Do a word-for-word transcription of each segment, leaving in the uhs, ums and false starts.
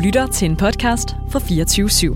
lytter til en podcast fra fireogtyve syv.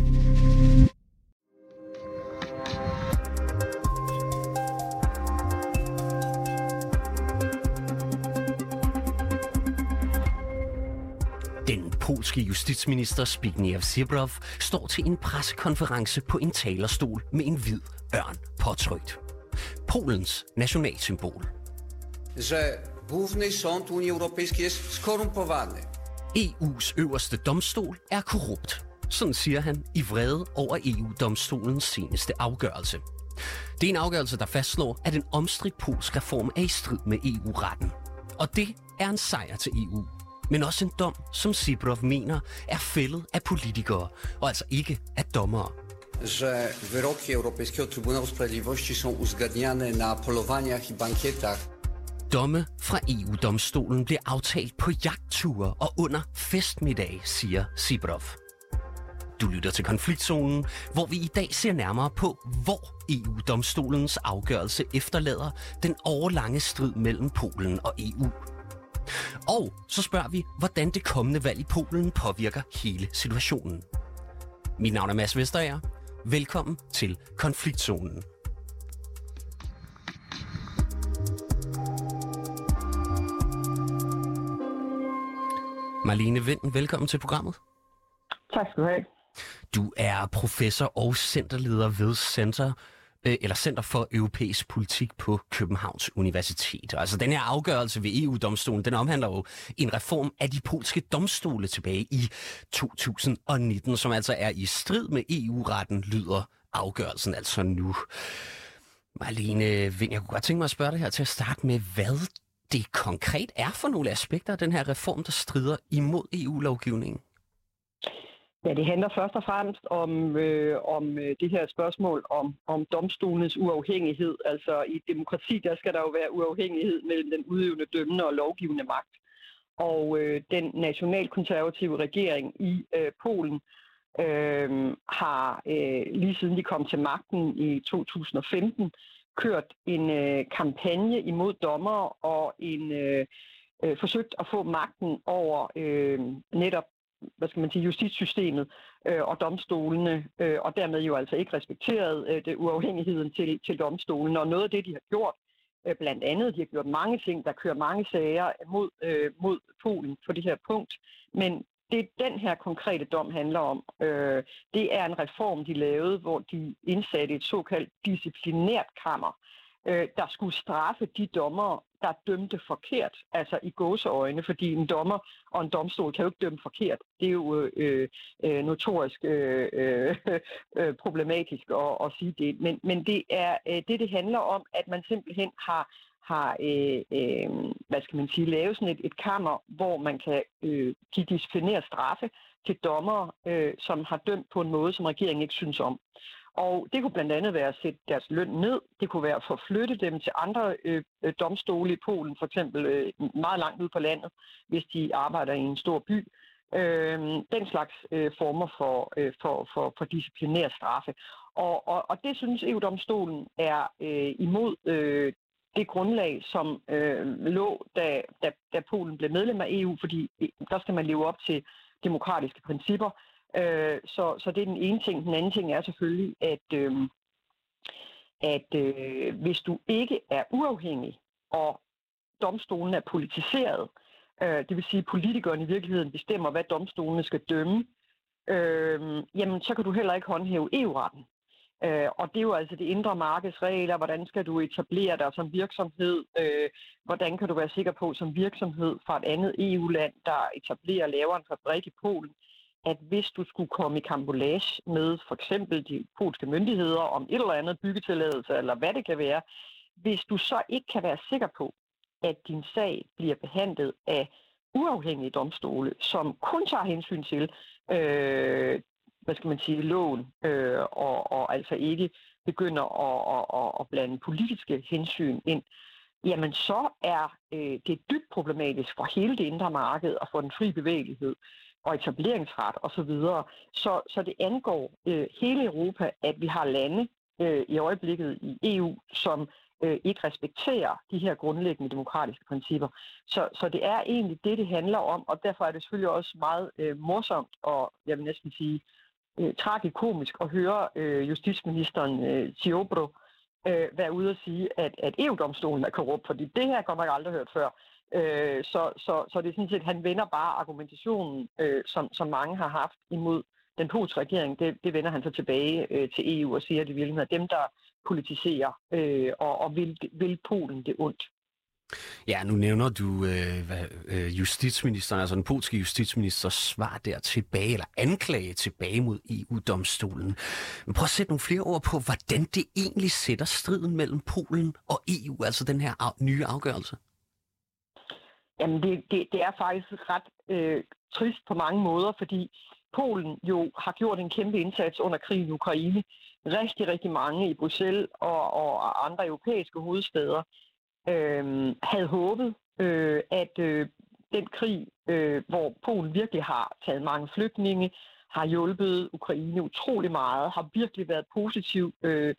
Den polske justitsminister Zbigniew Ziobro står til en pressekonference på en talerstol med en hvid ørn påtrykt. Polens nationalsymbol. Że Główny Sąd Unii Europejskiej jest skorumpowany. E U's øverste domstol er korrupt. Sådan siger han i vrede over E U-domstolens seneste afgørelse. Det er en afgørelse, der fastslår, at en omstridt polsk reform er i strid med E U-retten. Og det er en sejr til E U. Men også en dom, som Ziobro mener er fældet af politikere, og altså ikke af dommere. Że wyroki Europejskiego Trybunału Sprawiedliwości są uzgadniane na polowaniach i bankietach. Domme fra E U-domstolen bliver aftalt på jagtture og under festmiddag, siger Ziobro. Du lytter til Konfliktzonen, hvor vi i dag ser nærmere på, hvor E U-domstolens afgørelse efterlader den årelange strid mellem Polen og E U. Og så spørger vi, hvordan det kommende valg i Polen påvirker hele situationen. Mit navn er Mads Vesterager. Velkommen til Konfliktzonen. Marlene Wind, velkommen til programmet. Tak skal du have. Du er professor og centerleder ved Center, øh, eller Center for Europæisk Politik på Københavns Universitet. Altså den her afgørelse ved E U-domstolen, den omhandler jo en reform af de polske domstole tilbage i to tusind og nitten, som altså er i strid med E U-retten, lyder afgørelsen altså nu. Marlene Wind, jeg kunne godt tænke mig at spørge dig her til at starte med, hvad det konkret er for nogle aspekter af den her reform, der strider imod E U-lovgivningen. Ja, det handler først og fremmest om, øh, om det her spørgsmål om, om domstolenes uafhængighed. Altså i et demokrati, der skal der jo være uafhængighed mellem den udøvende, dømmende og lovgivende magt. Og øh, den nationalkonservative regering i øh, Polen øh, har øh, lige siden de kom til magten i to tusind og femten kørt en øh, kampagne imod dommere og en øh, øh, forsøgt at få magten over øh, netop hvad skal man sige, justitssystemet øh, og domstolene, øh, og dermed jo altså ikke respekteret øh, det uafhængigheden til, til domstolen. Og noget af det, de har gjort, øh, blandt andet, de har gjort mange ting, der kører mange sager mod, øh, mod Polen på det her punkt, men det den her konkrete dom handler om, øh, det er en reform, de lavede, hvor de indsatte et såkaldt disciplinært kammer, øh, der skulle straffe de dommere, der dømte forkert, altså i gåseøjne, fordi en dommer og en domstol kan jo ikke dømme forkert. Det er jo øh, øh, notorisk øh, øh, problematisk at, at sige det. Men, men det er øh, det, det handler om, at man simpelthen har, har øh, øh, hvad skal man sige, lavet sådan et, et kammer, hvor man kan øh, give disciplinære straffe til dommere, øh, som har dømt på en måde, som regeringen ikke synes om. Og det kunne blandt andet være at sætte deres løn ned. Det kunne være at forflytte dem til andre øh, domstole i Polen, for eksempel øh, meget langt ude på landet, hvis de arbejder i en stor by. Øh, den slags øh, former for, øh, for, for, for disciplinære straffe. Og, og, og det synes E U-domstolen er øh, imod øh, det grundlag, som øh, lå, da, da, da Polen blev medlem af E U, fordi der skal man leve op til demokratiske principper. Så, så det er den ene ting. Den anden ting er selvfølgelig, at, øh, at øh, hvis du ikke er uafhængig, og domstolen er politiseret, øh, det vil sige, at politikerne i virkeligheden bestemmer, hvad domstolene skal dømme, øh, jamen så kan du heller ikke håndhæve E U-retten. Øh, og det er jo altså det indre markedsregler, hvordan skal du etablere dig som virksomhed, øh, hvordan kan du være sikker på som virksomhed fra et andet E U-land, der etablerer og laver en fabrik i Polen, at hvis du skulle komme i karambolage med for eksempel de polske myndigheder om et eller andet byggetilladelse, eller hvad det kan være, hvis du så ikke kan være sikker på, at din sag bliver behandlet af uafhængige domstole, som kun tager hensyn til, øh, hvad skal man sige, loven, øh, og, og altså ikke begynder at, at, at, at blande politiske hensyn ind, jamen så er øh, det dybt problematisk for hele det indre marked og for den fri bevægelighed og etableringsret osv. Så, så det angår øh, hele Europa, at vi har lande øh, i øjeblikket i E U, som øh, ikke respekterer de her grundlæggende demokratiske principper. Så, så det er egentlig det, det handler om, og derfor er det selvfølgelig også meget øh, morsomt, og jeg vil næsten sige øh, tragikomisk at høre øh, justitsministeren øh, Ziobro øh, være ude og sige, at, at E U-domstolen er korrupt, fordi det her kommer jeg aldrig hørt før. Øh, så, så, så det er sådan set, han vender bare argumentationen, øh, som, som mange har haft imod den polske regering, det, det vender han så tilbage øh, til E U og siger, at det virkelig er dem, der politiserer øh, og, og vil, vil Polen det ondt. Ja, nu nævner du øh, hvad, øh, justitsministeren, altså den polske justitsministers svar der tilbage, eller anklage tilbage mod E U-domstolen. Men prøv at sætte nogle flere ord på, hvordan det egentlig sætter striden mellem Polen og E U, altså den her af, nye afgørelse. Jamen, det, det, det er faktisk ret øh, trist på mange måder, fordi Polen jo har gjort en kæmpe indsats under krigen i Ukraine. Rigtig, rigtig mange i Bruxelles og, og andre europæiske hovedstæder øh, havde håbet, øh, at øh, den krig, øh, hvor Polen virkelig har taget mange flygtninge, har hjulpet Ukraine utrolig meget, har virkelig været positiv øh,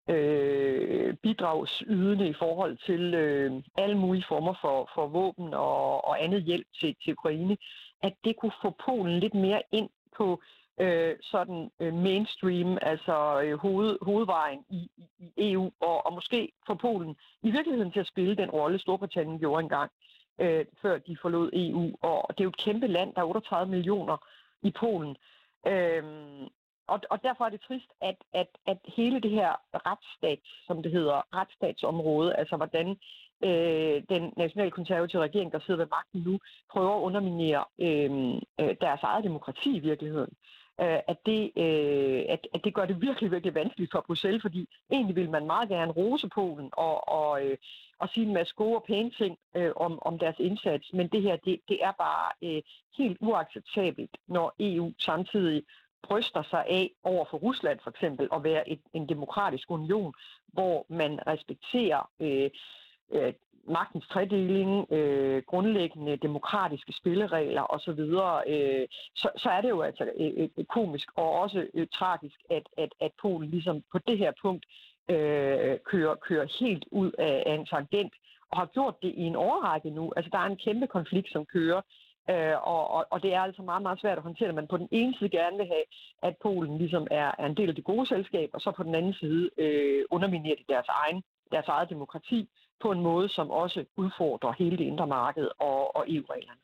øh, bidragsydende i forhold til øh, alle mulige former for, for våben og, og andet hjælp til, til Ukraine, at det kunne få Polen lidt mere ind på øh, sådan øh, mainstream, altså øh, hoved, hovedvejen i, i, i E U, og, og måske få Polen i virkeligheden til at spille den rolle, Storbritannien gjorde engang, øh, før de forlod E U. Og det er jo et kæmpe land, der er otteogtredive millioner i Polen. Øh, og, og derfor er det trist, at, at, at hele det her retsstat, som det hedder, retsstatsområde, altså hvordan øh, den nationalkonservative regering, der sidder ved magten nu, prøver at underminere øh, deres eget demokrati i virkeligheden. Øh, at, det, øh, at, at det gør det virkelig, virkelig vanskeligt for Bruxelles, fordi egentlig vil man meget gerne rose Polen og, og, øh, og sige en masse gode og pæne ting øh, om, om deres indsats, men det her, det, det er bare øh, helt uacceptabelt, når E U samtidig bryster sig af over for Rusland for eksempel at være et, en demokratisk union, hvor man respekterer øh, øh, magtens tredeling, øh, grundlæggende demokratiske spilleregler osv., øh, så, så er det jo altså øh, øh, komisk og også øh, tragisk, at, at, at Polen ligesom på det her punkt øh, kører, kører helt ud af, af en tangent og har gjort det i en årrække nu. Altså der er en kæmpe konflikt, som kører, øh, og, og, og det er altså meget, meget svært at håndtere, at man på den ene side gerne vil have, at Polen ligesom er, er en del af det gode selskab, og så på den anden side øh, underminerer de deres egen deres eget demokrati på en måde, som også udfordrer hele det indre marked og, og E U-reglerne.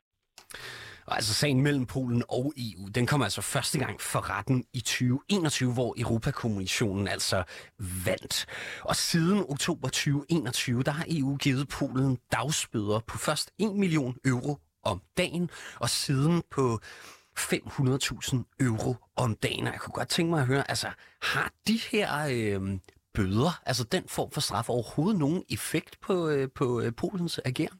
Og altså sagen mellem Polen og E U, den kom altså første gang for retten i tyve enogtyve, hvor Europakommissionen altså vandt. Og siden oktober tyve enogtyve, der har E U givet Polen dagsbøder på først en million euro om dagen, og siden på fem hundrede tusind euro om dagen. Og jeg kunne godt tænke mig at høre, altså har de her øh, bøder, altså den form for straf, overhovedet nogen effekt på, øh, på øh, Polens ageren?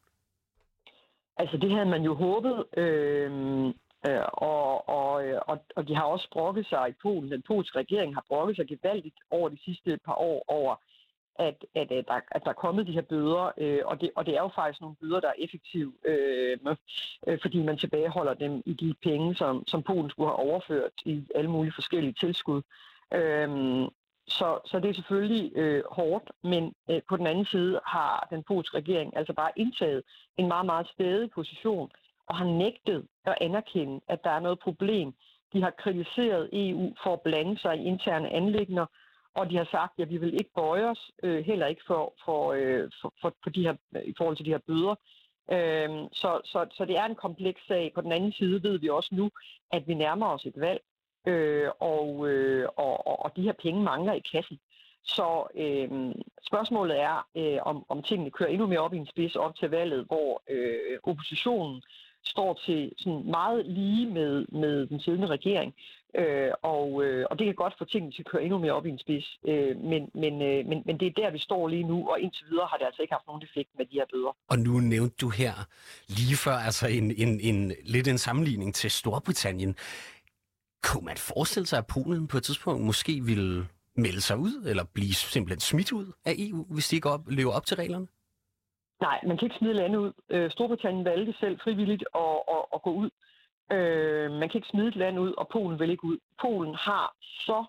Altså det havde man jo håbet, øh, øh, og, og, og, og de har også brokket sig i Polen. Den polske regering har brokket sig gevaldigt over de sidste par år over, at, at, at, der, at der er kommet de her bøder, øh, og, det, og det er jo faktisk nogle bøder, der er effektive, øh, øh, fordi man tilbageholder dem i de penge, som, som Polen skulle have overført i alle mulige forskellige tilskud. Øh, Så, så det er selvfølgelig øh, hårdt, men øh, på den anden side har den polske regering altså bare indtaget en meget, meget stædig position og har nægtet at anerkende, at der er noget problem. De har kritiseret E U for at blande sig i interne anliggender, og de har sagt, at vi vil ikke bøje os, øh, heller ikke for, for, øh, for, for, for de her, i forhold til de her bøder. Øh, så, så, så det er en kompleks sag. På den anden side ved vi også nu, at vi nærmer os et valg. Øh, og, øh, og, og de her penge mangler i kassen. Så øh, spørgsmålet er, øh, om, om tingene kører endnu mere op i en spids op til valget, hvor øh, oppositionen står til sådan meget lige med, med den siddende regering. Øh, og, øh, og det kan godt få tingene til at køre endnu mere op i en spids. Øh, men, men, øh, men, men det er der, vi står lige nu, og indtil videre har det altså ikke haft nogen effekt med de her bøder. Og nu nævnte du her lige før altså en, en, en, lidt en sammenligning til Storbritannien. Kunne man forestille sig, at Polen på et tidspunkt måske ville melde sig ud, eller blive simpelthen smidt ud af E U, hvis de ikke op, lever op til reglerne? Nej, man kan ikke smide landet ud. Øh, Storbritannien valgte selv frivilligt at, at, at gå ud. Øh, man kan ikke smide et land ud, og Polen vil ikke ud. Polen har så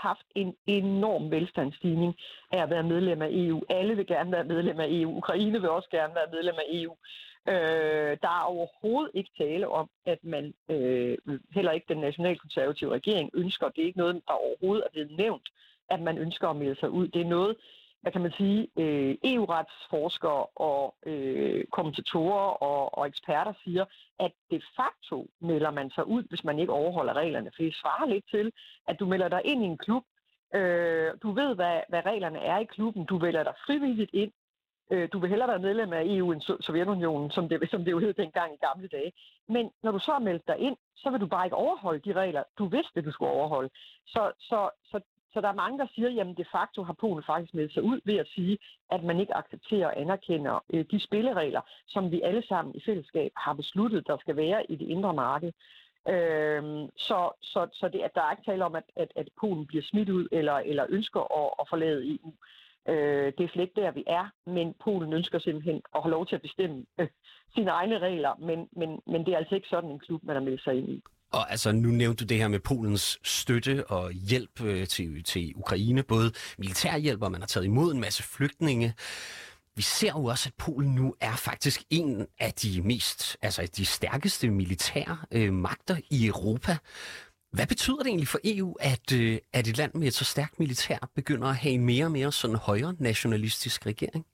haft en enorm velstandsstigning af at være medlem af E U. Alle vil gerne være medlem af E U. Ukraine vil også gerne være medlem af E U. Øh, der er overhovedet ikke tale om, at man, øh, heller ikke den nationalkonservative regering ønsker, det er ikke noget, der overhovedet er blevet nævnt, at man ønsker at melde sig ud. Det er noget, hvad kan man sige, øh, E U-retsforskere og øh, kommentatorer og, og eksperter siger, at de facto melder man sig ud, hvis man ikke overholder reglerne. For det svarer lidt til, at du melder dig ind i en klub, øh, du ved, hvad, hvad reglerne er i klubben, du vælger dig frivilligt ind, øh, du vil hellere være medlem af E U end Sovjetunionen, som det, som det jo hed dengang i gamle dage. Men når du så har meldt dig ind, så vil du bare ikke overholde de regler, du vidste, du skulle overholde. Så, så, så Så der er mange, der siger, at de facto har Polen faktisk meldt sig ud ved at sige, at man ikke accepterer og anerkender øh, de spilleregler, som vi alle sammen i fællesskab har besluttet, der skal være i det indre marked. Øh, så så, så det, at der er ikke tale om, at, at, at Polen bliver smidt ud eller, eller ønsker at, at forlade E U. Øh, det er slet ikke der, vi er, men Polen ønsker simpelthen at have lov til at bestemme øh, sine egne regler, men, men, men det er altså ikke sådan en klub, man har meldt sig ind i. Og altså, nu nævnte du det her med Polens støtte og hjælp øh, til, til Ukraine, både militærhjælp, og man har taget imod en masse flygtninge. Vi ser jo også, at Polen nu er faktisk en af de mest, altså de stærkeste militære øh, magter i Europa. Hvad betyder det egentlig for E U, at, øh, at et land med et så stærkt militær begynder at have en mere og mere sådan højre nationalistisk regering?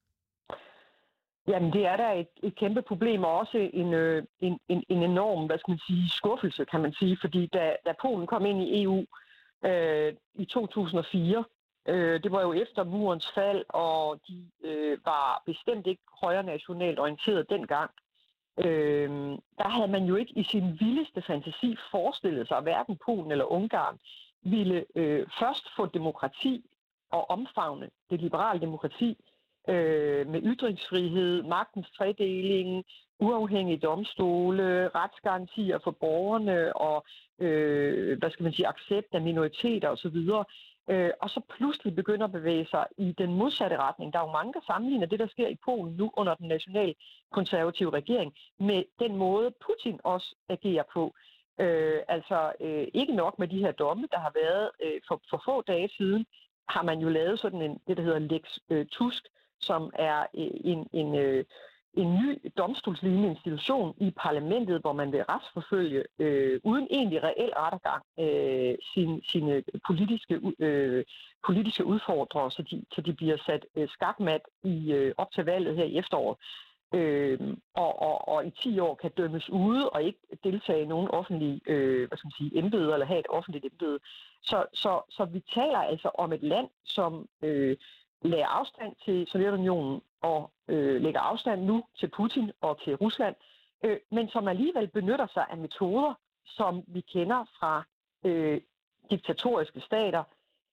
Jamen, det er da et, et kæmpe problem, og også en, øh, en, en, en enorm, hvad skal man sige, skuffelse, kan man sige. Fordi da, da Polen kom ind i E U øh, i to tusind og fire, øh, det var jo efter murens fald, og de øh, var bestemt ikke højre nationalt orienteret dengang. Øh, der havde man jo ikke i sin vildeste fantasi forestillet sig, at hverken Polen eller Ungarn ville øh, først få demokrati og omfavne det liberale demokrati, Øh, med ytringsfrihed, magtens tredeling, uafhængige domstole, retsgarantier for borgerne og øh, hvad skal man sige, accept af minoriteter osv. Øh, og så pludselig begynder at bevæge sig i den modsatte retning. Der er jo mange, der sammenligner det, der sker i Polen nu under den nationalkonservative regering, med den måde, Putin også agerer på. Øh, altså øh, ikke nok med de her domme, der har været øh, for, for få dage siden, har man jo lavet sådan en, det der hedder Lex øh, Tusk, som er en, en, en ny domstolslignende institution i parlamentet, hvor man vil retsforfølge øh, uden egentlig reel rettergang øh, sine, sine politiske, øh, politiske udfordrere, så de, så de bliver sat øh, skakmat i, øh, op til valget her i efteråret. Øh, og, og, og i ti år kan dømmes ude og ikke deltage i nogen offentlige øh, hvad skal man sige, embede eller have et offentligt embede. Så, så, så vi taler altså om et land, som øh, lægger afstand til Sovjetunionen og øh, lægger afstand nu til Putin og til Rusland, øh, men som alligevel benytter sig af metoder, som vi kender fra øh, diktatoriske stater,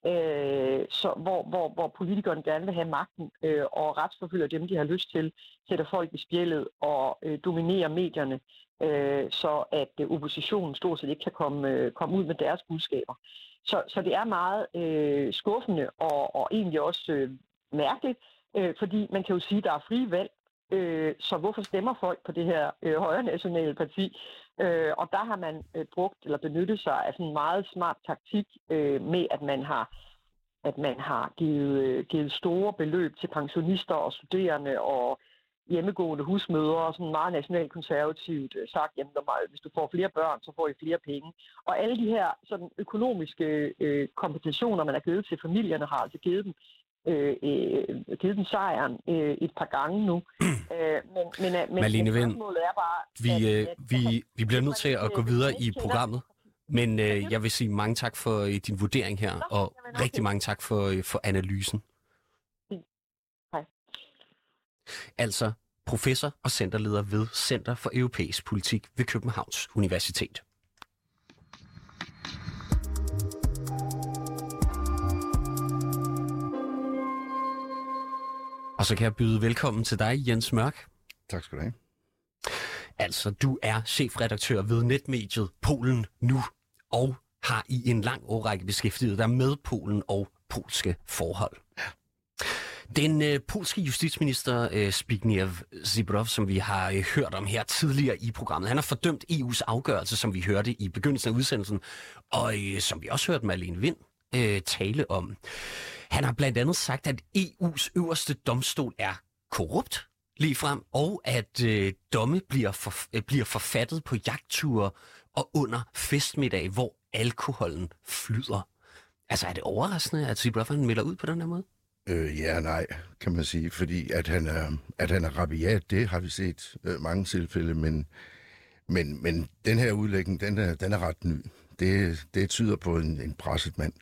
øh, så, hvor, hvor, hvor politikerne gerne vil have magten øh, og retsforfølger dem, de har lyst til, sætter folk i spjældet og øh, dominerer medierne, øh, så at øh, oppositionen stort set ikke kan komme, øh, komme ud med deres budskaber. Så, så det er meget øh, skuffende og, og egentlig også øh, mærkeligt, øh, fordi man kan jo sige, at der er frie valg, øh, så hvorfor stemmer folk på det her øh, højre nationale parti? Øh, og der har man øh, brugt eller benyttet sig af sådan en meget smart taktik øh, med, at man har, at man har givet, øh, givet store beløb til pensionister og studerende og hjemmegående husmødre og sådan meget nationalkonservativt sagt, jamen, hvis du får flere børn, så får I flere penge. Og alle de her sådan økonomiske øh, kompensationer, man har givet til familierne, har altså givet dem, øh, øh, givet dem sejren øh, et par gange nu. øh, men men, men Malene Wind, er bare, vi, at, at, vi, vi bliver nødt til at gå videre i programmet. Men øh, jeg vil sige mange tak for øh, din vurdering her, og rigtig mange tak for, øh, for analysen. Hej. Altså professor og centerleder ved Center for Europæisk Politik ved Københavns Universitet. Og så kan jeg byde velkommen til dig, Jens Mørk. Tak skal du have. Altså, du er chefredaktør ved netmediet Polen Nu, og har i en lang årrække beskæftiget dig med Polen og polske forhold. Den øh, polske justitsminister øh, Zbigniew Ziobro, som vi har øh, hørt om her tidligere i programmet, han har fordømt E U's afgørelse, som vi hørte i begyndelsen af udsendelsen, og øh, som vi også hørte Malene Wind øh, tale om. Han har blandt andet sagt, at E U's øverste domstol er korrupt ligefrem, og at øh, domme bliver, for, øh, bliver forfattet på jagtture og under festmiddag, hvor alkoholen flyder. Altså, er det overraskende, at Steve Buffer melder ud på den her måde? Øh, ja, nej, kan man sige, fordi at han er, at han er rabiat, det har vi set øh, mange tilfælde, men, men, men den her udlægning, den er, den er ret ny. Det, det tyder på en, en presset mand.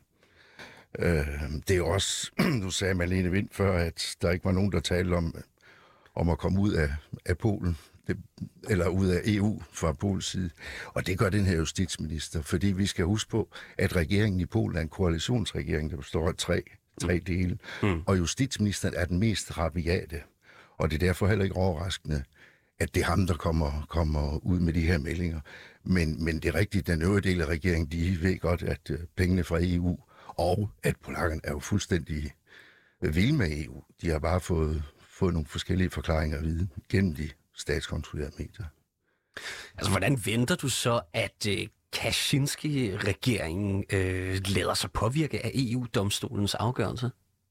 Øh, det er også, du sagde Marlene Wind før, at der ikke var nogen, der talte om, om at komme ud af, af Polen, det, eller ud af E U fra Polens side. Og det gør den her justitsminister, fordi vi skal huske på, at regeringen i Polen er en koalitionsregering, der består af tre, tre dele, mm. og justitsministeren er den mest rabiate. Og det er derfor heller ikke overraskende, at det er ham, der kommer, kommer ud med de her meldinger. Men, men det er rigtigt, den øvrige del af regeringen, de ved godt, at uh, pengene fra E U, og at polakkerne er jo fuldstændig vilde med E U. De har bare fået, fået nogle forskellige forklaringer at vide gennem de statskontrollerede medier. Altså, hvordan venter du så, at øh, Kaczynski-regeringen øh, lader sig påvirke af E U-domstolens afgørelse?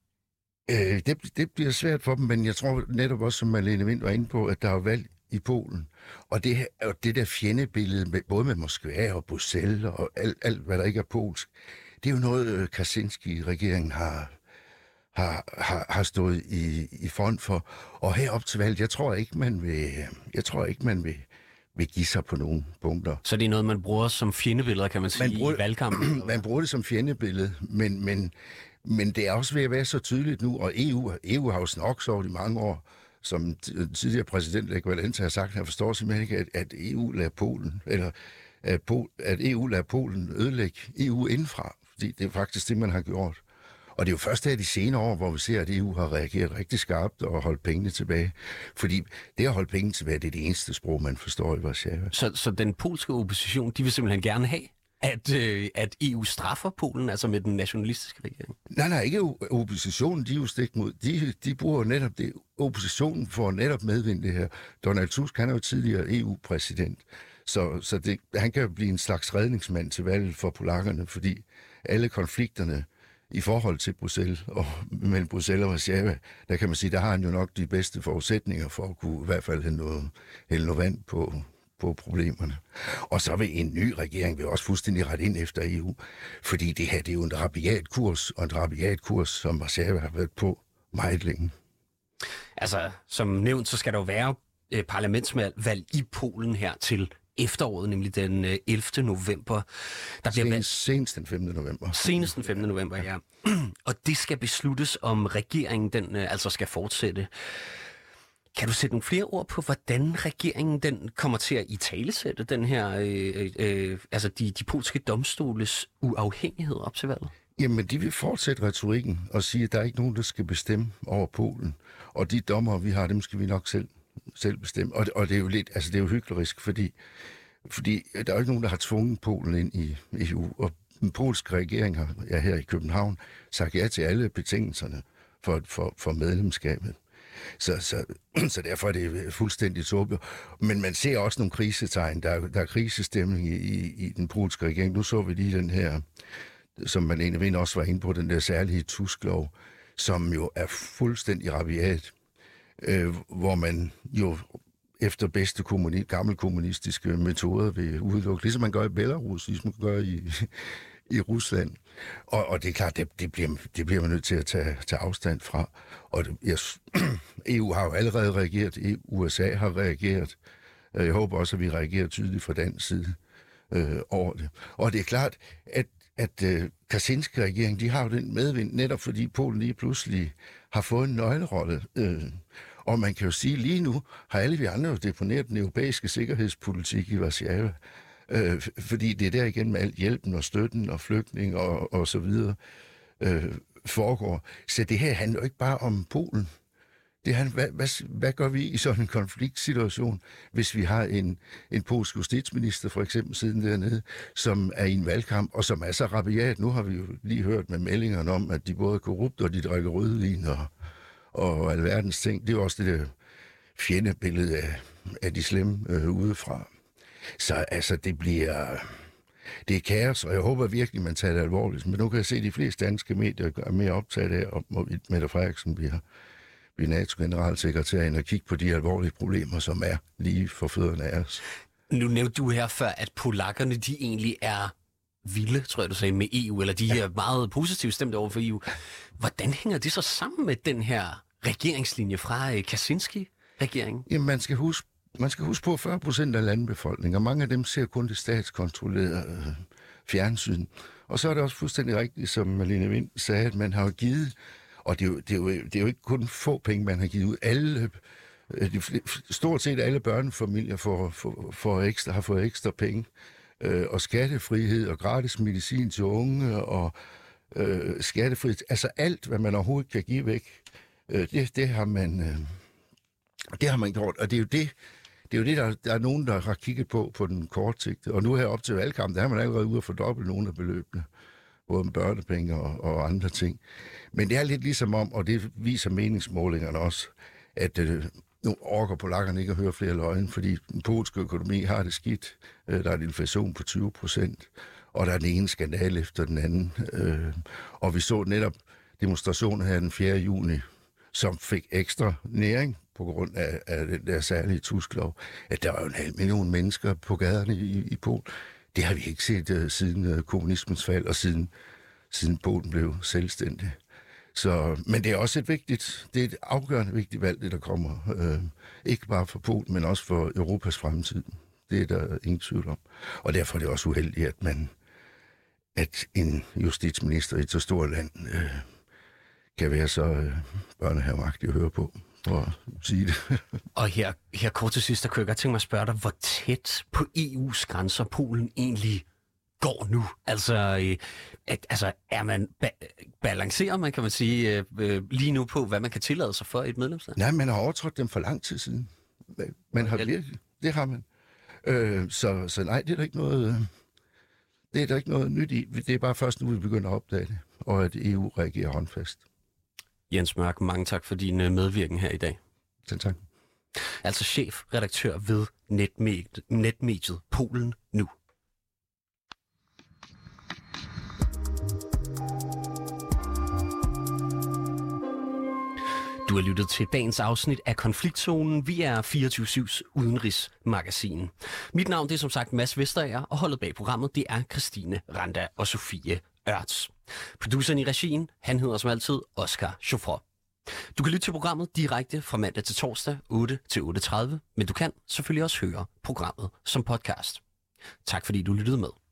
Øh, det, det bliver svært for dem, men jeg tror netop også, som Marlene Wind var inde på, at der er valg i Polen. Og det, og det der fjendebillede, med, både med Moskva og Bruxelles og alt, alt, hvad der ikke er polsk, det er jo noget, Kaczynski-regeringen har, har, har, har stået i, i front for. Og herop til valget, jeg tror ikke, man vil, jeg tror ikke, man vil, vil give sig på nogle punkter. Så det er noget, man bruger som fjendebilleder, kan man sige, man bruger, i valgkampen? Man bruger det som fjendebillede, men, men, men det er også ved at være så tydeligt nu, og E U, E U har jo snoksovet i mange år, som tidligere præsident Lech Walesa har sagt, han forstår simpelthen ikke, at, at E U lader Polen, eller at, Pol, at E U lader Polen ødelægge E U indfra, fordi det er faktisk det, man har gjort. Og det er jo først her de senere år, hvor vi ser, at E U har reageret rigtig skarpt og holdt pengene tilbage. Fordi det at holde penge tilbage, det er det eneste sprog, man forstår i Warszawa. Så, så den polske opposition, de vil simpelthen gerne have, at, øh, at E U straffer Polen, altså med den nationalistiske regering? Nej, nej, ikke oppositionen, de er jo stik mod. De, de bruger netop det. Oppositionen får netop medvind det her. Donald Tusk, han er jo tidligere E U-præsident. Så, så det, han kan jo blive en slags redningsmand til valget for polakkerne, fordi alle konflikterne i forhold til Bruxelles og mellem Bruxelles og Warszawa, der kan man sige, der har han jo nok de bedste forudsætninger for at kunne i hvert fald hælde noget, hælde noget vand på, på problemerne. Og så vil en ny regering vil også fuldstændig rette ind efter E U, fordi det her det er jo en rabiat kurs, og en rabiat kurs, som Warszawa har været på meget længe. Altså, som nævnt, så skal der jo være eh, parlamentsvalg i Polen her til efteråret, nemlig den ellevte november. Der bliver senest, senest den femte november. Senest den femte november, ja. Og det skal besluttes, om regeringen den øh, altså skal fortsætte. Kan du sætte nogle flere ord på, hvordan regeringen den kommer til at italesætte den her, øh, øh, altså de, de polske domstoles uafhængighed op til valget? Jamen, de vil fortsætte retorikken og sige, at der er ikke nogen, der skal bestemme over Polen. Og de dommer, vi har, dem skal vi nok selv selv bestemme. Og det, og det er jo lidt, altså det er jo hyklerisk, fordi, fordi der er jo ikke nogen, der har tvunget Polen ind i E U, og den polske regering har, ja, her i København, sagt ja til alle betingelserne for, for, for medlemskabet. Så, så, så derfor er det fuldstændig tåbeligt. Men man ser også nogle krisetegn. Der er, der er krisestemning i, i, i den polske regering. Nu så vi lige den her, som man egentlig også var inde på, den der særlige Tusklov, som jo er fuldstændig rabiat. Øh, hvor man jo efter bedste kommuni- gamle kommunistiske metoder vil udelukke, ligesom man gør i Belarus, ligesom man gør i, i Rusland. Og, og det er klart, det, det, bliver, det bliver man nødt til at tage, tage afstand fra. Og det, jeg, E U har jo allerede reageret, U S A har reageret. Jeg håber også, at vi reagerer tydeligt fra den side øh, over det. Og det er klart, at at øh, Kaczynski-regeringen, de har jo den medvind, netop fordi Polen lige pludselig har fået en nøglerolle. Øh, og man kan jo sige, lige nu har alle vi andre jo deponeret den europæiske sikkerhedspolitik i Warszawa, øh, fordi det er der igen med al hjælpen og støtten og flygtning og, og så videre øh, foregår. Så det her handler jo ikke bare om Polen. Det er, hvad, hvad, hvad gør vi i sådan en konfliktsituation, hvis vi har en, en polsk justitsminister, for eksempel siden dernede, som er i en valgkamp, og som er så rabiat. Nu har vi jo lige hørt med meldingerne om, at de både er korrupte, og de drikker rødvin og, og alverdens ting. Det er jo også det der fjendebillede af, af de slemme øh, udefra. Så altså, det bliver, det er kaos, og jeg håber virkelig, man tager det alvorligt. Men nu kan jeg se, at de fleste danske medier er mere optaget af, om Mette Frederiksen bliver, bliver NATO-generalsekretær, end at kigge på de alvorlige problemer, som er lige for fødderne af os. Nu nævnte du her før, at polakkerne, de egentlig er vilde, tror jeg, du sagde, med E U, eller de er meget positivt stemt over for E U. Hvordan hænger det så sammen med den her regeringslinje fra Kaczynski-regeringen? Jamen, man skal huske, man skal huske på fyrre procent af landbefolkningen, og mange af dem ser kun det statskontrollerede øh, fjernsyn. Og så er det også fuldstændig rigtigt, som Marlene Wind sagde, at man har givet, og det er jo, det er jo, det er jo ikke kun få penge, man har givet ud. Alle, de, stort set alle børnefamilier får, får, får ekstra, har fået ekstra penge. Øh, og skattefrihed og gratis medicin til unge og øh, skattefrihed. Altså alt, hvad man overhovedet kan give væk, øh, det, det, har man, øh, det har man gjort. Og det er jo det, det, er jo det der, der er nogen, der har kigget på på den korte sigt. Og nu her op til valgkampen, der har man allerede ude at fordoble nogle af beløbene. Både med børnepenge og, og andre ting. Men det er lidt ligesom om, og det viser meningsmålingerne også, at øh, nu orker polakkerne ikke at høre flere løgne, fordi den polske økonomi har det skidt. Der er en inflation på tyve procent, og der er den ene skandale efter den anden. Og vi så netop demonstrationen her den fjerde juni, som fik ekstra næring på grund af, af den der særlige tusklov, at der var jo en halv million mennesker på gaderne i, i Polen. Det har vi ikke set uh, siden uh, kommunismens fald, og siden, siden Polen blev selvstændig. Så, men det er også et vigtigt, det er et afgørende vigtigt valg, det der kommer. Øh, ikke bare for Polen, men også for Europas fremtid. Det er der ingen tvivl om. Og derfor er det også uheldigt, at man, at en justitsminister i et så stort land øh, kan være så øh, børnehaveagtig at høre på, for at sige det. Og her, her kort til sidst, der kunne jeg godt tænke mig at spørge dig, hvor tæt på E U's grænser Polen egentlig går nu? Altså, øh, at, altså er man ba- balancerer man, kan man sige, øh, lige nu på, hvad man kan tillade sig for et medlemsland? Nej, man har overtrådt dem for lang tid siden. Man har virkelig, det har man. Øh, så, så nej, det er der ikke noget, det er der ikke noget nyt i. Det er bare først nu, vi begynder at opdage det, og at E U reagerer håndfast. Jens Mørk, mange tak for din medvirken her i dag. Selv tak. Altså chefredaktør ved netmediet, netmediet Polen Nu. Du har lyttet til dagens afsnit af Konfliktzonen. Vi er fireogtyve syvs udenrigsmagasin. Mit navn det er som sagt Mads Vesterager, og holdet bag programmet det er Christine Randa og Sofie Ørts. Produceren i regien, han hedder som altid Oscar Chauffeur. Du kan lytte til programmet direkte fra mandag til torsdag otte til otte tredive, men du kan selvfølgelig også høre programmet som podcast. Tak fordi du lyttede med.